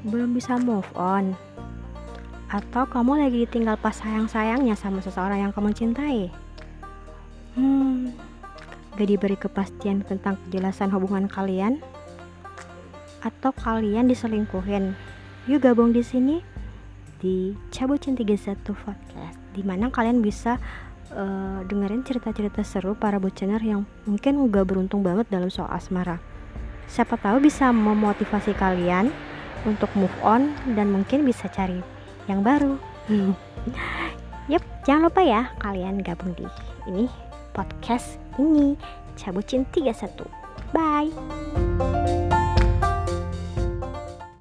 belum bisa move on? Atau kamu lagi ditinggal pas sayang-sayangnya sama seseorang yang kamu cintai? Gak diberi kepastian tentang kejelasan hubungan kalian? Atau kalian diselingkuhin? Yuk gabung di sini di Cabucin 31 Podcast, dimana kalian bisa dengerin cerita-cerita seru para buciner yang mungkin gak beruntung banget dalam soal asmara. Siapa tahu bisa memotivasi kalian untuk move on dan mungkin bisa cari yang baru. Yep, jangan lupa ya kalian gabung di ini podcast ini Cabucin 31. Bye.